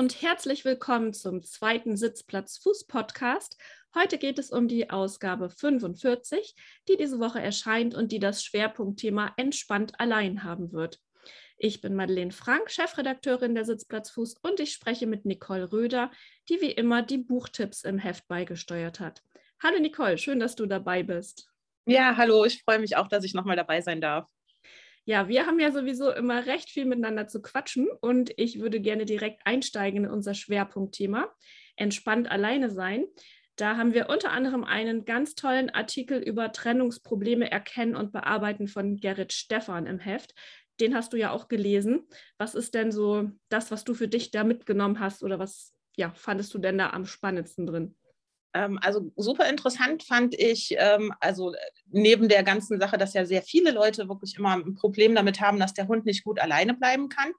und herzlich willkommen zum zweiten Sitzplatz Fuß Podcast. Heute geht es um die Ausgabe 45, die diese Woche erscheint und die das Schwerpunktthema Entspannt allein haben wird. Ich bin Madeleine Frank, Chefredakteurin der Sitzplatz Fuß, und ich spreche mit Nicole Röder, die wie immer die Buchtipps im Heft beigesteuert hat. Hallo Nicole, schön, dass du dabei bist. Ja, hallo, ich freue mich auch, dass ich nochmal dabei sein darf. Ja, wir haben ja sowieso immer recht viel miteinander zu quatschen und ich würde gerne direkt einsteigen in unser Schwerpunktthema, entspannt alleine sein. Da haben wir unter anderem einen ganz tollen Artikel über Trennungsprobleme erkennen und bearbeiten von Gerrit Stephan im Heft. Den hast du ja auch gelesen. Was ist denn so das, was du für dich da mitgenommen hast, oder was fandest du denn da am spannendsten drin? Also super interessant fand ich, also neben der ganzen Sache, dass ja sehr viele Leute wirklich immer ein Problem damit haben, dass der Hund nicht gut alleine bleiben kann,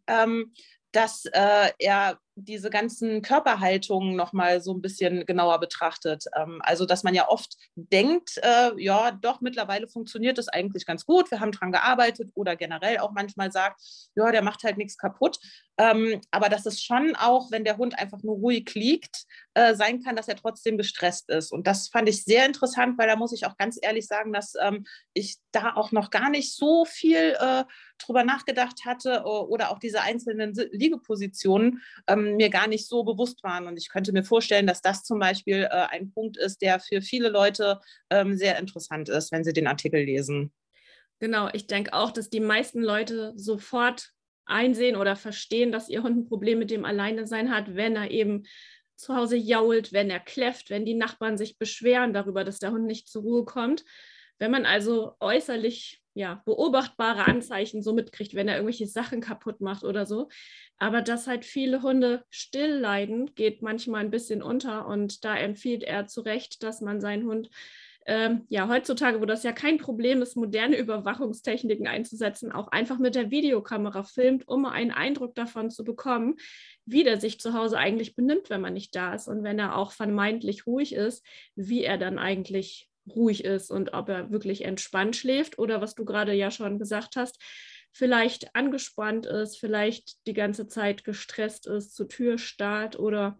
dass er diese ganzen Körperhaltungen nochmal so ein bisschen genauer betrachtet. Also dass man ja oft denkt, ja doch, mittlerweile funktioniert das eigentlich ganz gut, wir haben dran gearbeitet, oder generell auch manchmal sagt, ja, der macht halt nichts kaputt. Aber dass es schon auch, wenn der Hund einfach nur ruhig liegt, sein kann, dass er trotzdem gestresst ist. Und das fand ich sehr interessant, weil da muss ich auch ganz ehrlich sagen, dass ich da auch noch gar nicht so viel drüber nachgedacht hatte, oder auch diese einzelnen Liegepositionen mir gar nicht so bewusst waren. Und ich könnte mir vorstellen, dass das zum Beispiel ein Punkt ist, der für viele Leute sehr interessant ist, wenn sie den Artikel lesen. Genau, ich denke auch, dass die meisten Leute sofort einsehen oder verstehen, dass ihr Hund ein Problem mit dem Alleinesein hat, wenn er eben zu Hause jault, wenn er kläfft, wenn die Nachbarn sich beschweren darüber, dass der Hund nicht zur Ruhe kommt. Wenn man also äußerlich beobachtbare Anzeichen so mitkriegt, wenn er irgendwelche Sachen kaputt macht oder so. Aber dass halt viele Hunde still leiden, geht manchmal ein bisschen unter, und da empfiehlt er zu Recht, dass man seinen Hund heutzutage, wo das ja kein Problem ist, moderne Überwachungstechniken einzusetzen, auch einfach mit der Videokamera filmt, um einen Eindruck davon zu bekommen, wie der sich zu Hause eigentlich benimmt, wenn man nicht da ist, und wenn er auch vermeintlich ruhig ist, wie er dann eigentlich ruhig ist und ob er wirklich entspannt schläft oder, was du gerade ja schon gesagt hast, vielleicht angespannt ist, vielleicht die ganze Zeit gestresst ist, zur Tür starrt oder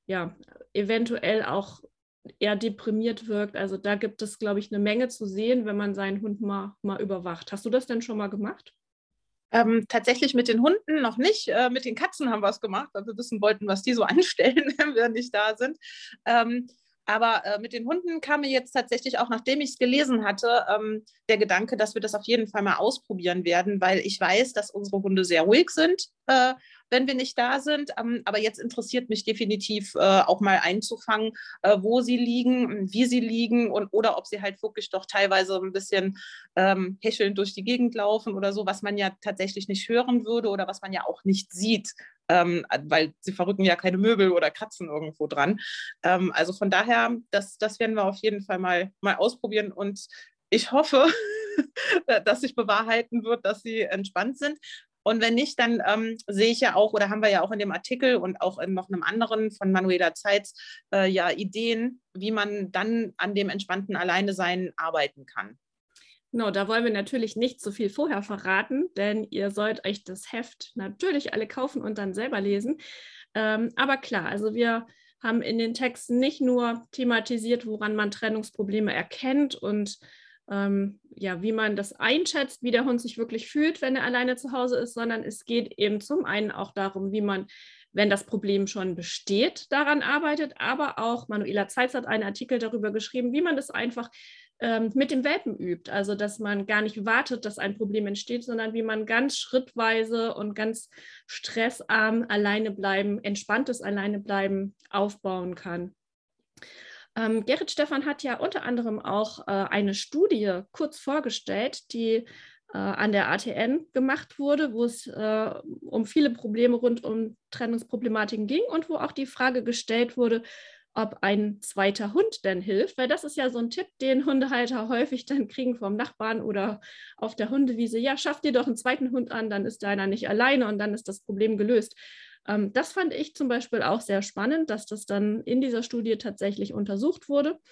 eventuell auch eher deprimiert wirkt. Also da gibt es, glaube ich, eine Menge zu sehen, wenn man seinen Hund mal überwacht. Hast du das denn schon mal gemacht? Tatsächlich mit den Hunden noch nicht. Mit den Katzen haben wir es gemacht, weil wir wissen wollten, was die so anstellen, wenn wir nicht da sind. Aber mit den Hunden kam mir jetzt tatsächlich auch, nachdem ich es gelesen hatte, der Gedanke, dass wir das auf jeden Fall mal ausprobieren werden, weil ich weiß, dass unsere Hunde sehr ruhig sind, wenn wir nicht da sind. Aber jetzt interessiert mich definitiv auch mal einzufangen, wo sie liegen, wie sie liegen, oder ob sie halt wirklich doch teilweise ein bisschen hechelnd durch die Gegend laufen oder so, was man ja tatsächlich nicht hören würde oder was man ja auch nicht sieht. Weil sie verrücken ja keine Möbel oder kratzen irgendwo dran. Also von daher, das werden wir auf jeden Fall mal ausprobieren, und ich hoffe, dass sich bewahrheiten wird, dass sie entspannt sind. Und wenn nicht, dann sehe ich ja auch, oder haben wir ja auch in dem Artikel und auch in noch einem anderen von Manuela Zeitz Ideen, wie man dann an dem entspannten Alleinesein arbeiten kann. Genau, da wollen wir natürlich nicht so viel vorher verraten, denn ihr sollt euch das Heft natürlich alle kaufen und dann selber lesen. Aber klar, also wir haben in den Texten nicht nur thematisiert, woran man Trennungsprobleme erkennt und wie man das einschätzt, wie der Hund sich wirklich fühlt, wenn er alleine zu Hause ist, sondern es geht eben zum einen auch darum, wie man, wenn das Problem schon besteht, daran arbeitet, aber auch Manuela Zeitz hat einen Artikel darüber geschrieben, wie man das einfach mit dem Welpen übt. Also, dass man gar nicht wartet, dass ein Problem entsteht, sondern wie man ganz schrittweise und ganz stressarm entspanntes Alleinebleiben aufbauen kann. Gerrit Stephan hat ja unter anderem auch eine Studie kurz vorgestellt, die an der ATN gemacht wurde, wo es um viele Probleme rund um Trennungsproblematiken ging und wo auch die Frage gestellt wurde, ob ein zweiter Hund denn hilft, weil das ist ja so ein Tipp, den Hundehalter häufig dann kriegen vom Nachbarn oder auf der Hundewiese. Ja, schaff dir doch einen zweiten Hund an, dann ist deiner nicht alleine und dann ist das Problem gelöst. Das fand ich zum Beispiel auch sehr spannend, dass das dann in dieser Studie tatsächlich untersucht wurde.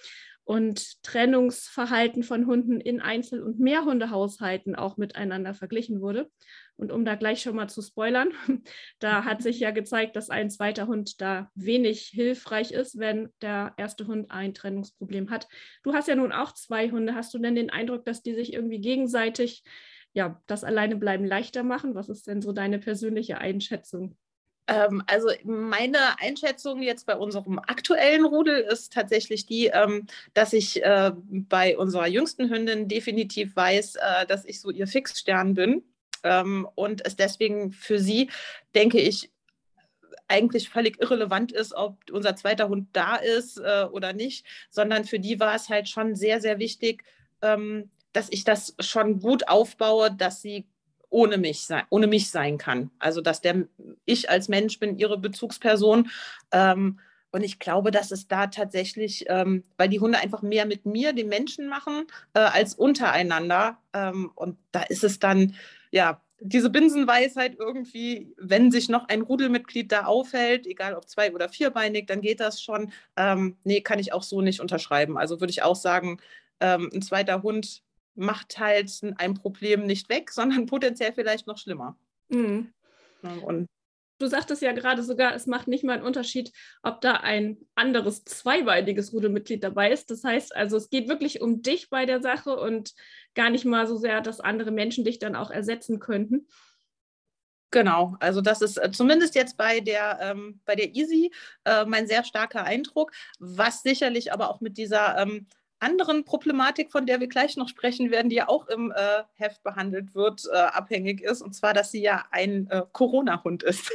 und Trennungsverhalten von Hunden in Einzel- und Mehrhundehaushalten auch miteinander verglichen wurde. Und um da gleich schon mal zu spoilern, da hat sich ja gezeigt, dass ein zweiter Hund da wenig hilfreich ist, wenn der erste Hund ein Trennungsproblem hat. Du hast ja nun auch 2 Hunde. Hast du denn den Eindruck, dass die sich irgendwie gegenseitig das Alleinebleiben leichter machen? Was ist denn so deine persönliche Einschätzung? Also meine Einschätzung jetzt bei unserem aktuellen Rudel ist tatsächlich die, dass ich bei unserer jüngsten Hündin definitiv weiß, dass ich so ihr Fixstern bin, und es deswegen für sie, denke ich, eigentlich völlig irrelevant ist, ob unser zweiter Hund da ist oder nicht, sondern für die war es halt schon sehr, sehr wichtig, dass ich das schon gut aufbaue, dass sie ohne mich sein kann. Also, dass ich als Mensch bin ihre Bezugsperson. Und ich glaube, dass es da tatsächlich, weil die Hunde einfach mehr mit mir, den Menschen, machen, als untereinander. Und da ist es dann, ja, diese Binsenweisheit irgendwie, wenn sich noch ein Rudelmitglied da aufhält, egal ob zwei- oder vierbeinig, dann geht das schon. Nee, kann ich auch so nicht unterschreiben. Also würde ich auch sagen, ein zweiter Hund macht halt ein Problem nicht weg, sondern potenziell vielleicht noch schlimmer. Mhm. Und Du sagtest ja gerade sogar, es macht nicht mal einen Unterschied, ob da ein anderes zweibeiniges Rudelmitglied dabei ist. Das heißt also, es geht wirklich um dich bei der Sache und gar nicht mal so sehr, dass andere Menschen dich dann auch ersetzen könnten. genau, also das ist zumindest jetzt bei der Easy mein sehr starker Eindruck, was sicherlich aber auch mit dieser anderen Problematik, von der wir gleich noch sprechen werden, die ja auch im Heft behandelt wird, abhängig ist, und zwar, dass sie ja ein Corona-Hund ist.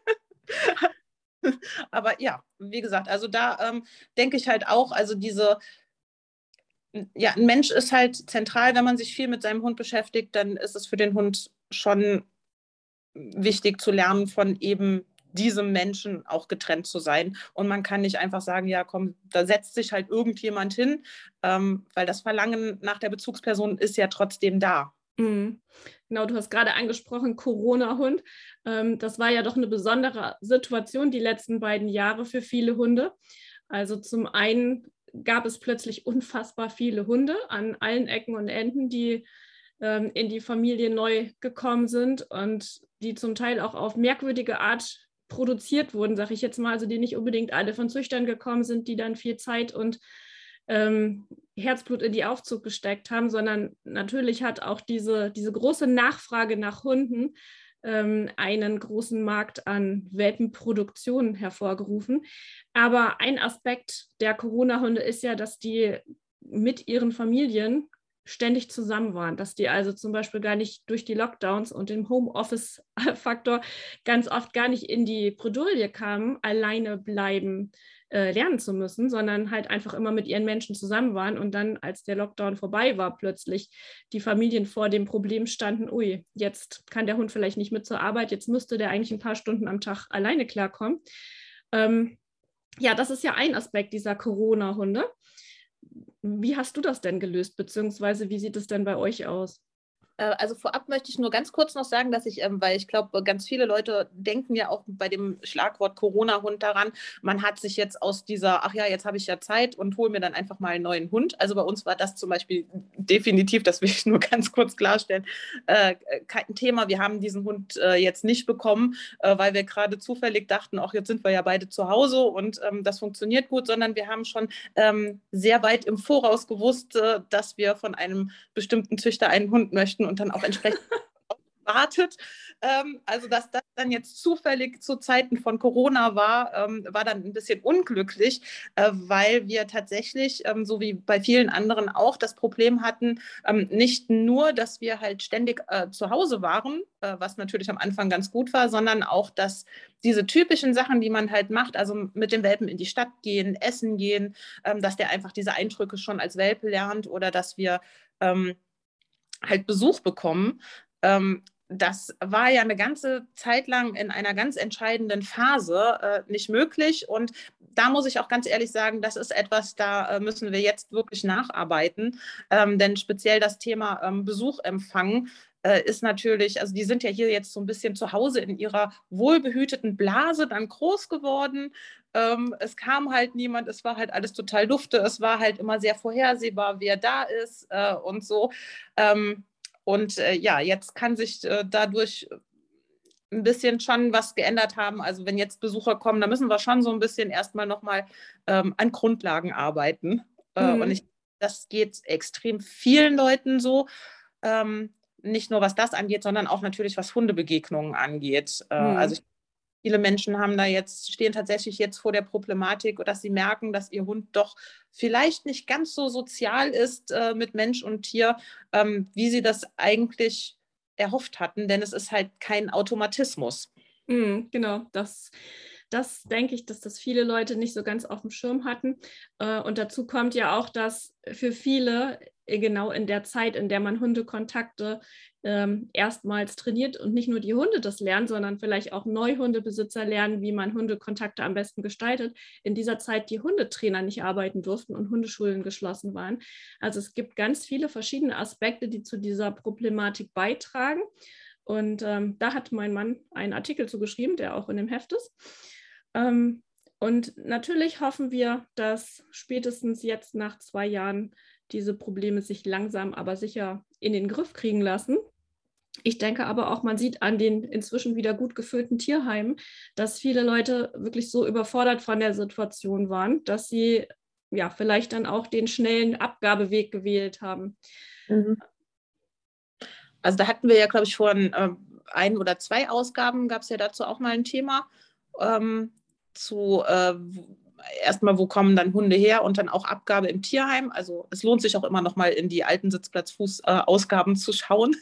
Aber ja, wie gesagt, also da denke ich halt auch, also ja, ein Mensch ist halt zentral, wenn man sich viel mit seinem Hund beschäftigt, dann ist es für den Hund schon wichtig zu lernen, von eben diesem Menschen auch getrennt zu sein. Und man kann nicht einfach sagen, ja, komm, da setzt sich halt irgendjemand hin, weil das Verlangen nach der Bezugsperson ist ja trotzdem da. Mhm. Genau, du hast gerade angesprochen, Corona-Hund. Das war ja doch eine besondere Situation die letzten beiden Jahre für viele Hunde. Also zum einen gab es plötzlich unfassbar viele Hunde an allen Ecken und Enden, die in die Familie neu gekommen sind und die zum Teil auch auf merkwürdige Art produziert wurden, sage ich jetzt mal, also die nicht unbedingt alle von Züchtern gekommen sind, die dann viel Zeit und Herzblut in die Aufzug gesteckt haben, sondern natürlich hat auch diese große Nachfrage nach Hunden einen großen Markt an Welpenproduktion hervorgerufen. Aber ein Aspekt der Corona-Hunde ist ja, dass die mit ihren Familien ständig zusammen waren, dass die also zum Beispiel gar nicht durch die Lockdowns und den Homeoffice-Faktor ganz oft gar nicht in die Bredouille kamen, alleine bleiben lernen zu müssen, sondern halt einfach immer mit ihren Menschen zusammen waren und dann, als der Lockdown vorbei war, plötzlich die Familien vor dem Problem standen, ui, jetzt kann der Hund vielleicht nicht mit zur Arbeit, jetzt müsste der eigentlich ein paar Stunden am Tag alleine klarkommen. Ja, das ist ja ein Aspekt dieser Corona-Hunde. Wie hast du das denn gelöst, beziehungsweise wie sieht es denn bei euch aus? Also vorab möchte ich nur ganz kurz noch sagen, dass weil ich glaube, ganz viele Leute denken ja auch bei dem Schlagwort Corona-Hund daran, man hat sich jetzt aus dieser, ach ja, jetzt habe ich ja Zeit und hole mir dann einfach mal einen neuen Hund. Also bei uns war das zum Beispiel definitiv, das will ich nur ganz kurz klarstellen, kein Thema. Wir haben diesen Hund jetzt nicht bekommen, weil wir gerade zufällig dachten, ach, jetzt sind wir ja beide zu Hause und das funktioniert gut, sondern wir haben schon sehr weit im Voraus gewusst, dass wir von einem bestimmten Züchter einen Hund möchten und dann auch entsprechend wartet. Also, dass das dann jetzt zufällig zu Zeiten von Corona war, war dann ein bisschen unglücklich, weil wir tatsächlich, so wie bei vielen anderen auch, das Problem hatten, nicht nur, dass wir halt ständig zu Hause waren, was natürlich am Anfang ganz gut war, sondern auch, dass diese typischen Sachen, die man halt macht, also mit dem Welpen in die Stadt gehen, essen gehen, dass der einfach diese Eindrücke schon als Welpe lernt oder dass wir halt Besuch bekommen. Das war ja eine ganze Zeit lang in einer ganz entscheidenden Phase nicht möglich. Und da muss ich auch ganz ehrlich sagen, das ist etwas, da müssen wir jetzt wirklich nacharbeiten. Denn speziell das Thema Besuch empfangen ist natürlich, also die sind ja hier jetzt so ein bisschen zu Hause in ihrer wohlbehüteten Blase dann groß geworden. Es kam halt niemand, es war halt alles total dufte, es war halt immer sehr vorhersehbar, wer da ist und so. Ja, jetzt kann sich dadurch ein bisschen schon was geändert haben. Also wenn jetzt Besucher kommen, dann müssen wir schon so ein bisschen erstmal nochmal an Grundlagen arbeiten. Mhm. Das geht extrem vielen Leuten so. Nicht nur was das angeht, sondern auch natürlich was Hundebegegnungen angeht. Mhm. Viele Menschen stehen tatsächlich jetzt vor der Problematik, dass sie merken, dass ihr Hund doch vielleicht nicht ganz so sozial ist mit Mensch und Tier, wie sie das eigentlich erhofft hatten, denn es ist halt kein Automatismus. Genau, das denke ich, dass das viele Leute nicht so ganz auf dem Schirm hatten. Und dazu kommt ja auch, dass für viele genau in der Zeit, in der man Hundekontakte erstmals trainiert und nicht nur die Hunde das lernen, sondern vielleicht auch Neuhundebesitzer lernen, wie man Hundekontakte am besten gestaltet, in dieser Zeit die Hundetrainer nicht arbeiten durften und Hundeschulen geschlossen waren. Also es gibt ganz viele verschiedene Aspekte, die zu dieser Problematik beitragen. Und da hat mein Mann einen Artikel zugeschrieben, der auch in dem Heft ist. Und natürlich hoffen wir, dass spätestens jetzt nach 2 Jahren diese Probleme sich langsam, aber sicher in den Griff kriegen lassen. Ich denke aber auch, man sieht an den inzwischen wieder gut gefüllten Tierheimen, dass viele Leute wirklich so überfordert von der Situation waren, dass sie ja vielleicht dann auch den schnellen Abgabeweg gewählt haben. Mhm. Also da hatten wir ja, glaube ich, vor ein oder zwei Ausgaben gab es ja dazu auch mal ein Thema zu erstmal, wo kommen dann Hunde her und dann auch Abgabe im Tierheim. Also es lohnt sich auch immer noch mal in die alten Sitzplatz-Fuß-Ausgaben zu schauen.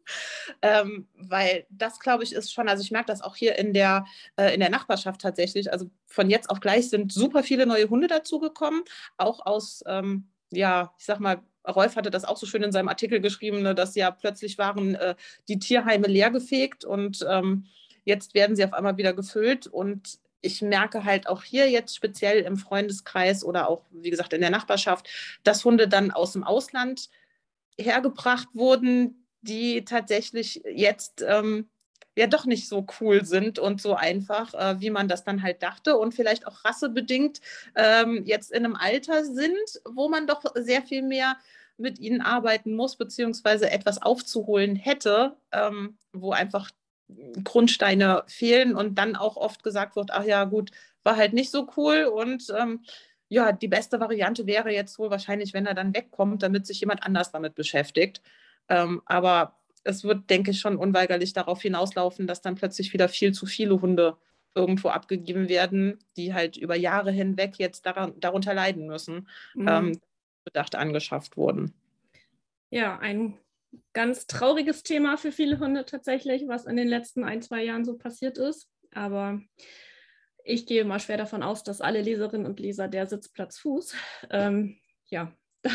Weil das, glaube ich, ist schon, also ich merke das auch hier in der Nachbarschaft tatsächlich. Also von jetzt auf gleich sind super viele neue Hunde dazugekommen, auch aus, ja, ich sag mal, Rolf hatte das auch so schön in seinem Artikel geschrieben, ne, dass ja plötzlich waren die Tierheime leergefegt und jetzt werden sie auf einmal wieder gefüllt. Und ich merke halt auch hier jetzt speziell im Freundeskreis oder auch, wie gesagt, in der Nachbarschaft, dass Hunde dann aus dem Ausland hergebracht wurden, die tatsächlich jetzt ja doch nicht so cool sind und so einfach, wie man das dann halt dachte und vielleicht auch rassebedingt jetzt in einem Alter sind, wo man doch sehr viel mehr mit ihnen arbeiten muss, beziehungsweise etwas aufzuholen hätte, wo einfach Grundsteine fehlen und dann auch oft gesagt wird, ach ja, gut, war halt nicht so cool und ja, die beste Variante wäre jetzt wohl wahrscheinlich, wenn er dann wegkommt, damit sich jemand anders damit beschäftigt. Aber es wird, denke ich, schon unweigerlich darauf hinauslaufen, dass dann plötzlich wieder viel zu viele Hunde irgendwo abgegeben werden, die halt über Jahre hinweg jetzt darunter leiden müssen, bedacht angeschafft wurden. Ja, ein ganz trauriges Thema für viele Hunde tatsächlich, was in den letzten 1, 2 Jahren so passiert ist. Aber ich gehe mal schwer davon aus, dass alle Leserinnen und Leser der Sitzplatz Fuß ja,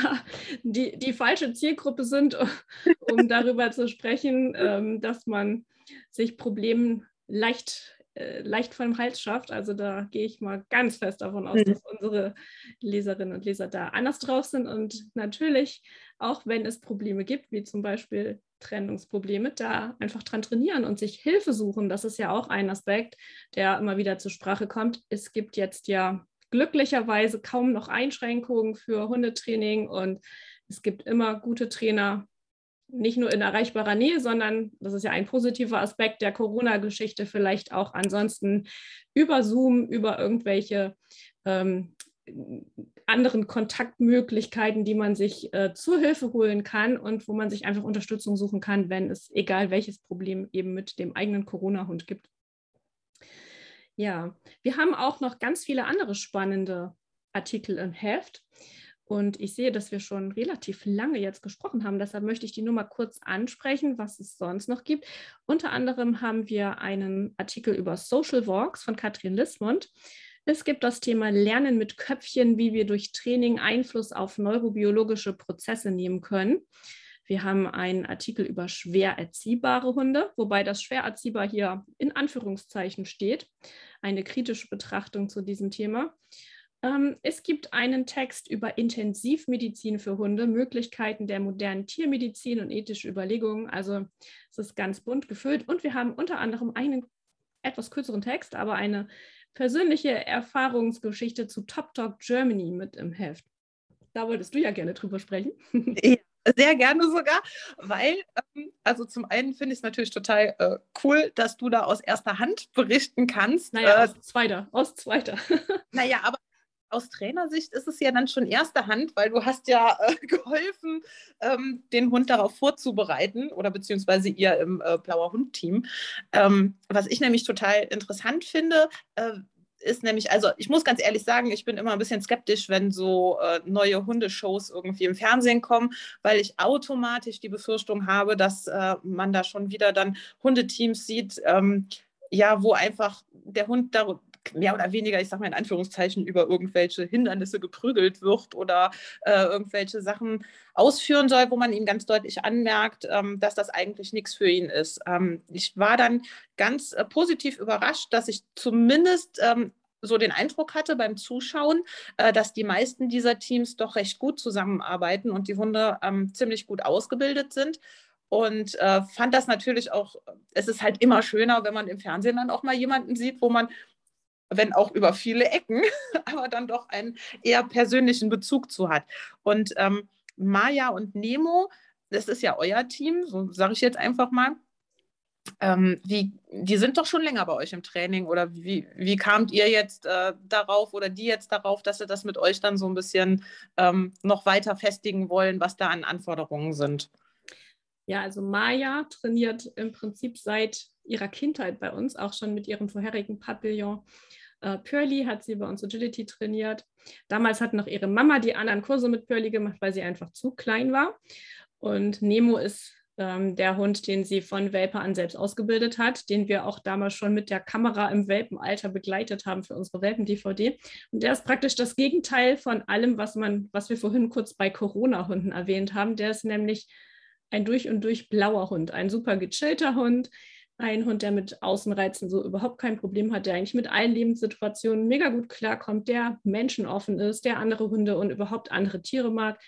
die falsche Zielgruppe sind, um darüber zu sprechen, dass man sich Problemen leicht vom Hals schafft. Also da gehe ich mal ganz fest davon aus, dass unsere Leserinnen und Leser da anders drauf sind. Und natürlich, auch wenn es Probleme gibt, wie zum Beispiel Trennungsprobleme, da einfach dran trainieren und sich Hilfe suchen. Das ist ja auch ein Aspekt, der immer wieder zur Sprache kommt. Es gibt jetzt ja glücklicherweise kaum noch Einschränkungen für Hundetraining und es gibt immer gute Trainer, nicht nur in erreichbarer Nähe, sondern das ist ja ein positiver Aspekt der Corona-Geschichte, vielleicht auch ansonsten über Zoom, über irgendwelche anderen Kontaktmöglichkeiten, die man sich zur Hilfe holen kann und wo man sich einfach Unterstützung suchen kann, wenn es egal welches Problem eben mit dem eigenen Corona-Hund gibt. Ja, wir haben auch noch ganz viele andere spannende Artikel im Heft. Und ich sehe, dass wir schon relativ lange jetzt gesprochen haben. Deshalb möchte ich die nur mal kurz ansprechen, was es sonst noch gibt. Unter anderem haben wir einen Artikel über Social Walks von Katrin Lismond. Es gibt das Thema Lernen mit Köpfchen, wie wir durch Training Einfluss auf neurobiologische Prozesse nehmen können. Wir haben einen Artikel über schwer erziehbare Hunde, wobei das schwer erziehbar hier in Anführungszeichen steht. Eine kritische Betrachtung zu diesem Thema. Es gibt einen Text über Intensivmedizin für Hunde, Möglichkeiten der modernen Tiermedizin und ethische Überlegungen. Also es ist ganz bunt gefüllt. Und wir haben unter anderem einen etwas kürzeren Text, aber eine persönliche Erfahrungsgeschichte zu Top Dog Germany mit im Heft. Da wolltest du ja gerne drüber sprechen. Ja, sehr gerne sogar, weil, also zum einen finde ich es natürlich total cool, dass du da aus erster Hand berichten kannst. Naja, aus zweiter. Naja, aber aus Trainersicht ist es ja dann schon erste Hand, weil du hast ja geholfen, den Hund darauf vorzubereiten oder beziehungsweise ihr im Blauer Hund-Team. Was ich nämlich total interessant finde, ist nämlich, also ich muss ganz ehrlich sagen, ich bin immer ein bisschen skeptisch, wenn so neue Hundeshows irgendwie im Fernsehen kommen, weil ich automatisch die Befürchtung habe, dass man da schon wieder dann Hundeteams sieht, ja, wo einfach der Hund da mehr oder weniger, ich sage mal in Anführungszeichen, über irgendwelche Hindernisse geprügelt wird oder irgendwelche Sachen ausführen soll, wo man ihm ganz deutlich anmerkt, dass das eigentlich nichts für ihn ist. Ich war dann ganz positiv überrascht, dass ich zumindest so den Eindruck hatte beim Zuschauen, dass die meisten dieser Teams doch recht gut zusammenarbeiten und die Hunde ziemlich gut ausgebildet sind. Und fand das natürlich auch, es ist halt immer schöner, wenn man im Fernsehen dann auch mal jemanden sieht, wo man, wenn auch über viele Ecken, aber dann doch einen eher persönlichen Bezug zu hat. Und Maya und Nemo, das ist ja euer Team, so sage ich jetzt einfach mal. Die sind doch schon länger bei euch im Training oder wie kamt ihr jetzt darauf oder die jetzt darauf, dass sie das mit euch dann so ein bisschen noch weiter festigen wollen, was da an Anforderungen sind? Ja, also Maya trainiert im Prinzip seit ihrer Kindheit bei uns, auch schon mit ihrem vorherigen Papillon. Pearly hat sie bei uns Agility trainiert. Damals hat noch ihre Mama die anderen Kurse mit Pearly gemacht, weil sie einfach zu klein war. Und Nemo ist der Hund, den sie von Welpe an selbst ausgebildet hat, den wir auch damals schon mit der Kamera im Welpenalter begleitet haben für unsere Welpen-DVD. Und der ist praktisch das Gegenteil von allem, was wir vorhin kurz bei Corona-Hunden erwähnt haben. Der ist nämlich ein durch und durch blauer Hund, ein super gechillter Hund, ein Hund, der mit Außenreizen so überhaupt kein Problem hat, der eigentlich mit allen Lebenssituationen mega gut klarkommt, der menschenoffen ist, der andere Hunde und überhaupt andere Tiere mag.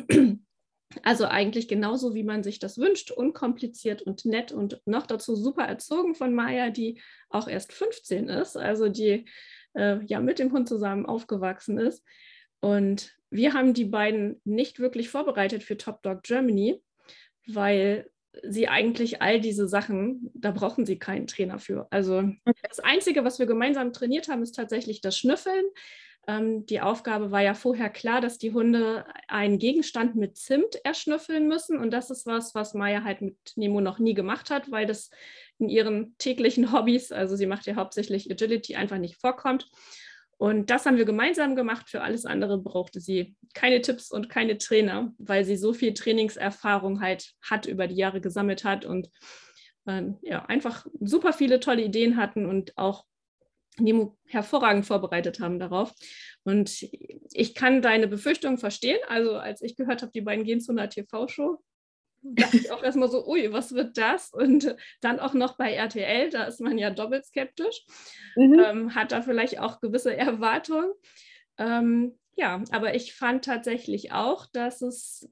Also eigentlich genauso, wie man sich das wünscht, unkompliziert und nett und noch dazu super erzogen von Maya, die auch erst 15 ist, also die ja mit dem Hund zusammen aufgewachsen ist. Und wir haben die beiden nicht wirklich vorbereitet für Top Dog Germany, weil sie eigentlich all diese Sachen, da brauchen sie keinen Trainer für. Also das Einzige, was wir gemeinsam trainiert haben, ist tatsächlich das Schnüffeln. Die Aufgabe war ja vorher klar, dass die Hunde einen Gegenstand mit Zimt erschnüffeln müssen. Und das ist was Maya halt mit Nemo noch nie gemacht hat, weil das in ihren täglichen Hobbys, also sie macht ja hauptsächlich Agility, einfach nicht vorkommt. Und das haben wir gemeinsam gemacht. Für alles andere brauchte sie keine Tipps und keine Trainer, weil sie so viel Trainingserfahrung halt hat, über die Jahre gesammelt hat und ja, einfach super viele tolle Ideen hatten und auch Nemo hervorragend vorbereitet haben darauf. Und ich kann deine Befürchtungen verstehen. Also als ich gehört habe, die beiden gehen zu einer TV-Show, dachte ich auch erstmal so, ui, was wird das? Und dann auch noch bei RTL, da ist man ja doppelt skeptisch, hat da vielleicht auch gewisse Erwartungen. Ja, aber ich fand tatsächlich auch, dass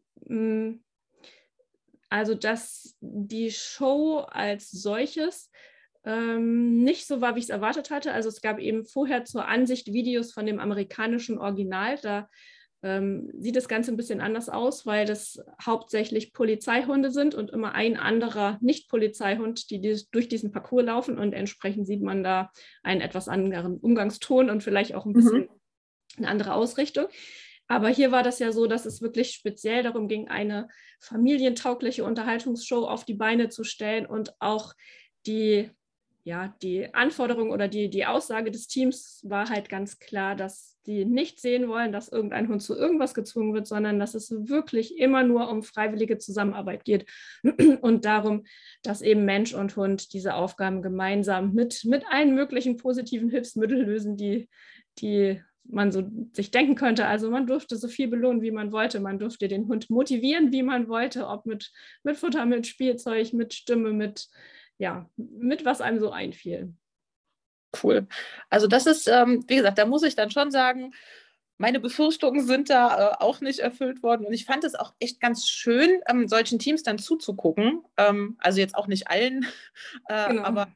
dass die Show als solches nicht so war, wie ich es erwartet hatte. Also es gab eben vorher zur Ansicht Videos von dem amerikanischen Original. Da sieht das Ganze ein bisschen anders aus, weil das hauptsächlich Polizeihunde sind und immer ein anderer Nicht-Polizeihund, die durch diesen Parcours laufen und entsprechend sieht man da einen etwas anderen Umgangston und vielleicht auch ein bisschen eine andere Ausrichtung. Aber hier war das ja so, dass es wirklich speziell darum ging, eine familientaugliche Unterhaltungsshow auf die Beine zu stellen und auch die Anforderung oder die Aussage des Teams war halt ganz klar, dass die nicht sehen wollen, dass irgendein Hund zu irgendwas gezwungen wird, sondern dass es wirklich immer nur um freiwillige Zusammenarbeit geht und darum, dass eben Mensch und Hund diese Aufgaben gemeinsam mit allen möglichen positiven Hilfsmitteln lösen, die man so sich denken könnte. Also man durfte so viel belohnen, wie man wollte. Man durfte den Hund motivieren, wie man wollte, ob mit Futter, mit Spielzeug, mit Stimme, mit was einem so einfiel. Cool. Also das ist, wie gesagt, da muss ich dann schon sagen, meine Befürchtungen sind da auch nicht erfüllt worden. Und ich fand es auch echt ganz schön, solchen Teams dann zuzugucken. Also jetzt auch nicht allen, Genau. aber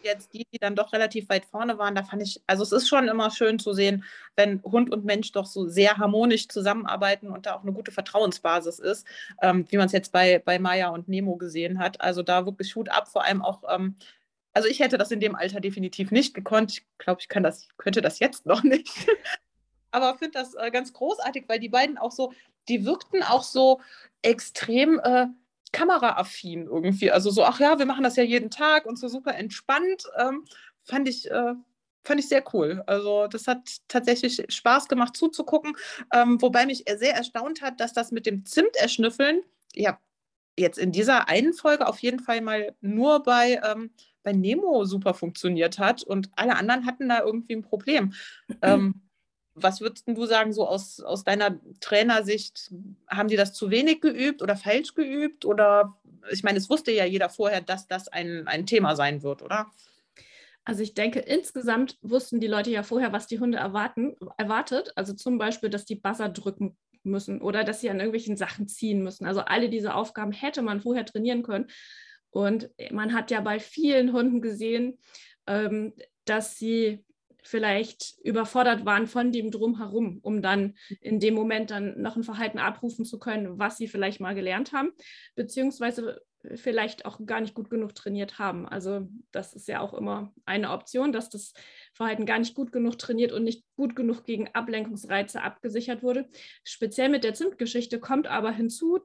jetzt die dann doch relativ weit vorne waren, da fand ich, also es ist schon immer schön zu sehen, wenn Hund und Mensch doch so sehr harmonisch zusammenarbeiten und da auch eine gute Vertrauensbasis ist, wie man es jetzt bei Maya und Nemo gesehen hat. Also da wirklich Hut ab, vor allem auch, also ich hätte das in dem Alter definitiv nicht gekonnt. Ich glaube, könnte das jetzt noch nicht. Aber finde das ganz großartig, weil die beiden auch so, die wirkten auch so extrem kameraaffin irgendwie. Also so, ach ja, wir machen das ja jeden Tag und so super entspannt. Fand ich, äh, fand ich sehr cool. Also das hat tatsächlich Spaß gemacht zuzugucken. Wobei mich sehr erstaunt hat, dass das mit dem Zimt erschnüffeln, ja, jetzt in dieser einen Folge auf jeden Fall mal nur bei Nemo super funktioniert hat und alle anderen hatten da irgendwie ein Problem. Was würdest du sagen, so aus deiner Trainersicht, haben die das zu wenig geübt oder falsch geübt? Oder ich meine, es wusste ja jeder vorher, dass das ein Thema sein wird, oder? Also ich denke, insgesamt wussten die Leute ja vorher, was die Hunde erwartet. Also zum Beispiel, dass die Buzzer drücken müssen oder dass sie an irgendwelchen Sachen ziehen müssen. Also alle diese Aufgaben hätte man vorher trainieren können. Und man hat ja bei vielen Hunden gesehen, dass sie vielleicht überfordert waren von dem Drumherum, um dann in dem Moment dann noch ein Verhalten abrufen zu können, was sie vielleicht mal gelernt haben, beziehungsweise vielleicht auch gar nicht gut genug trainiert haben. Also das ist ja auch immer eine Option, dass das Verhalten gar nicht gut genug trainiert und nicht gut genug gegen Ablenkungsreize abgesichert wurde. Speziell mit der Zimtgeschichte kommt aber hinzu,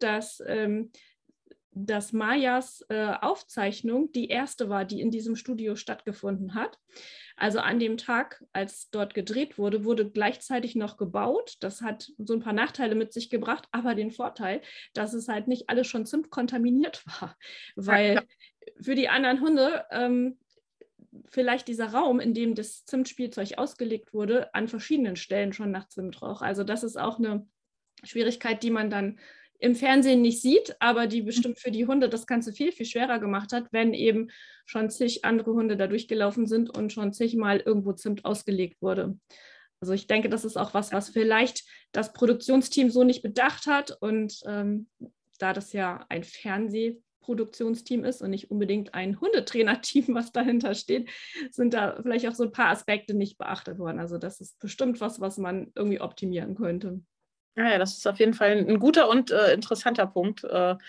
dass Mayas Aufzeichnung die erste war, die in diesem Studio stattgefunden hat. Also an dem Tag, als dort gedreht wurde, wurde gleichzeitig noch gebaut. Das hat so ein paar Nachteile mit sich gebracht, aber den Vorteil, dass es halt nicht alles schon zimtkontaminiert war. Weil für die anderen Hunde vielleicht dieser Raum, in dem das Zimtspielzeug ausgelegt wurde, an verschiedenen Stellen schon nach Zimt roch. Also das ist auch eine Schwierigkeit, die man dann im Fernsehen nicht sieht, aber die bestimmt für die Hunde das Ganze viel, viel schwerer gemacht hat, wenn eben schon zig andere Hunde da durchgelaufen sind und schon zigmal irgendwo Zimt ausgelegt wurde. Also ich denke, das ist auch was vielleicht das Produktionsteam so nicht bedacht hat. Und da das ja ein Fernsehproduktionsteam ist und nicht unbedingt ein Hundetrainerteam, was dahinter steht, sind da vielleicht auch so ein paar Aspekte nicht beachtet worden. Also das ist bestimmt was man irgendwie optimieren könnte. Ja, das ist auf jeden Fall ein guter und interessanter Punkt.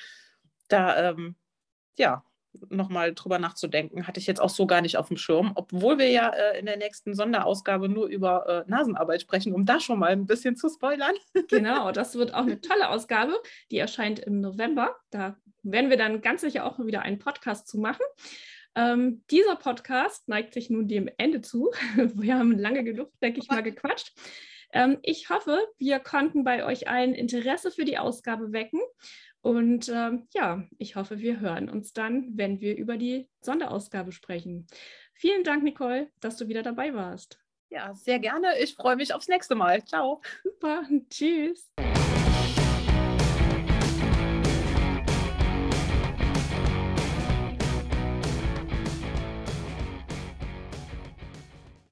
Ja, nochmal drüber nachzudenken, hatte ich jetzt auch so gar nicht auf dem Schirm, obwohl wir ja in der nächsten Sonderausgabe nur über Nasenarbeit sprechen, um da schon mal ein bisschen zu spoilern. Genau, das wird auch eine tolle Ausgabe, die erscheint im November. Da werden wir dann ganz sicher auch wieder einen Podcast zu machen. Dieser Podcast neigt sich nun dem Ende zu. Wir haben lange genug, denke ich mal, gequatscht. Ich hoffe, wir konnten bei euch allen Interesse für die Ausgabe wecken. Und ja, ich hoffe, wir hören uns dann, wenn wir über die Sonderausgabe sprechen. Vielen Dank, Nicole, dass du wieder dabei warst. Ja, sehr gerne. Ich freue mich aufs nächste Mal. Ciao. Super, tschüss.